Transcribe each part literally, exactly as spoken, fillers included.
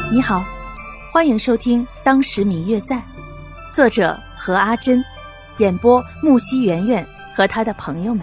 你好，欢迎收听《当时明月在》，作者何阿珍，演播木西圆圆和他的朋友们。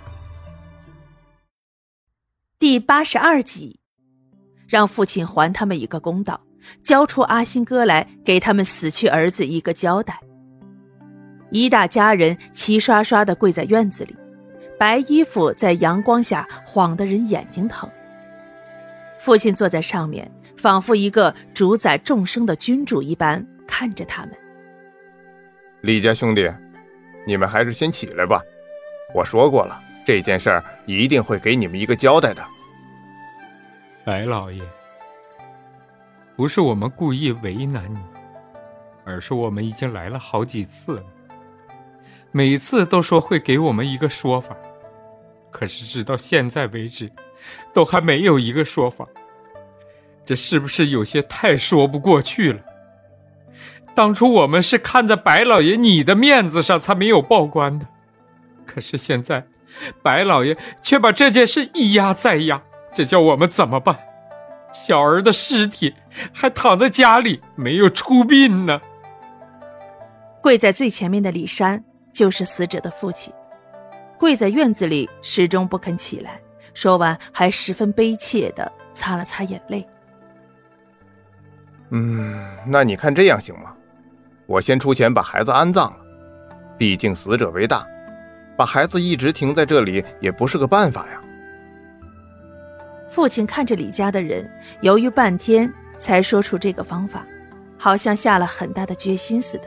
第八十二集，让父亲还他们一个公道，交出阿新哥来，给他们死去儿子一个交代。一大家人齐刷刷地跪在院子里，白衣服在阳光下晃得人眼睛疼。父亲坐在上面，仿佛一个主宰众生的君主一般看着他们。 李家兄弟，你们还是先起来吧。我说过了，这件事儿一定会给你们一个交代的。 白老爷，不是我们故意为难你，而是我们已经来了好几次了，每次都说会给我们一个说法，可是直到现在为止都还没有一个说法，这是不是有些太说不过去了？当初我们是看在白老爷你的面子上才没有报官的，可是现在白老爷却把这件事一压再压，这叫我们怎么办？小儿的尸体还躺在家里没有出殡呢。 跪在最前面的李山就是死者的父亲，跪在院子里始终不肯起来，说完还十分悲切地擦了擦眼泪。 嗯，那你看这样行吗？我先出钱把孩子安葬了，毕竟死者为大，把孩子一直停在这里也不是个办法呀。 父亲看着李家的人，犹豫半天才说出这个方法，好像下了很大的决心似的。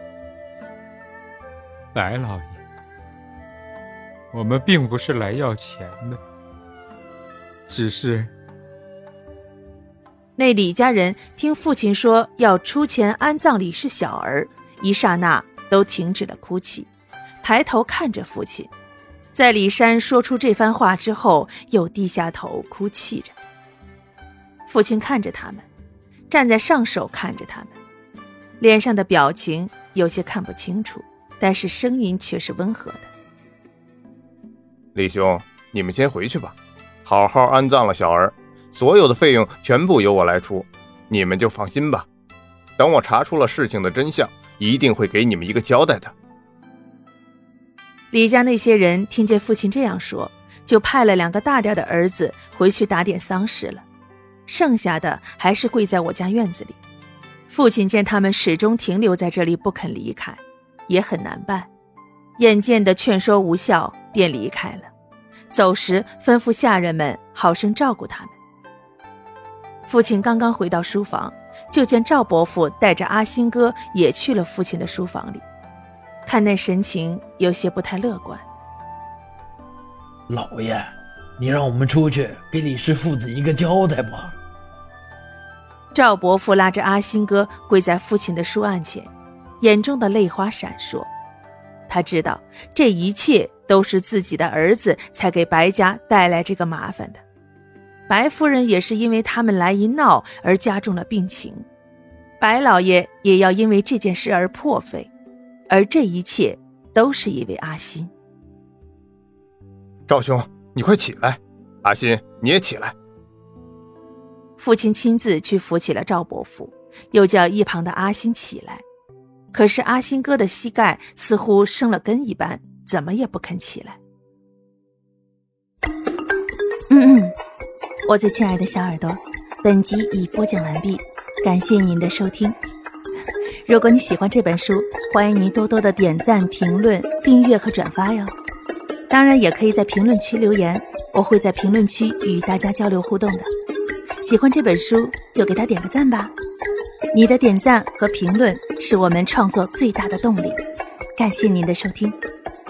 白老爷，我们并不是来要钱的，只是…… 那李家人听父亲说要出钱安葬李氏小儿，一刹那都停止了哭泣，抬头看着父亲。在李山说出这番话之后，又低下头哭泣着。父亲看着他们，站在上首看着他们，脸上的表情有些看不清楚，但是声音却是温和的。 李兄，你们先回去吧，好好安葬了小儿，所有的费用全部由我来出，你们就放心吧。等我查出了事情的真相，一定会给你们一个交代的。 李家那些人听见父亲这样说，就派了两个大点的儿子回去打点丧事了，剩下的还是跪在我家院子里。父亲见他们始终停留在这里不肯离开，也很难办，眼见的劝说无效，便离开了。走时吩咐下人们好生照顾他们。父亲刚刚回到书房，就见赵伯父带着阿新哥也去了父亲的书房里，看那神情有些不太乐观。 老爷，你让我们出去给李氏父子一个交代吧。 赵伯父拉着阿新哥跪在父亲的书案前，眼中的泪花闪烁。他知道这一切都是自己的儿子才给白家带来这个麻烦的，白夫人也是因为他们来一闹而加重了病情，白老爷也要因为这件事而破费，而这一切都是因为阿新。 赵兄，你快起来，阿新你也起来。 父亲亲自去扶起了赵伯父，又叫一旁的阿新起来，可是阿新哥的膝盖似乎生了根一般，怎么也不肯起来。嗯嗯，我最亲爱的小耳朵，本集已播讲完毕，感谢您的收听。如果你喜欢这本书，欢迎您多多的点赞、评论、订阅和转发哟。当然也可以在评论区留言，我会在评论区与大家交流互动的。喜欢这本书就给它点个赞吧，你的点赞和评论是我们创作最大的动力。感谢您的收听。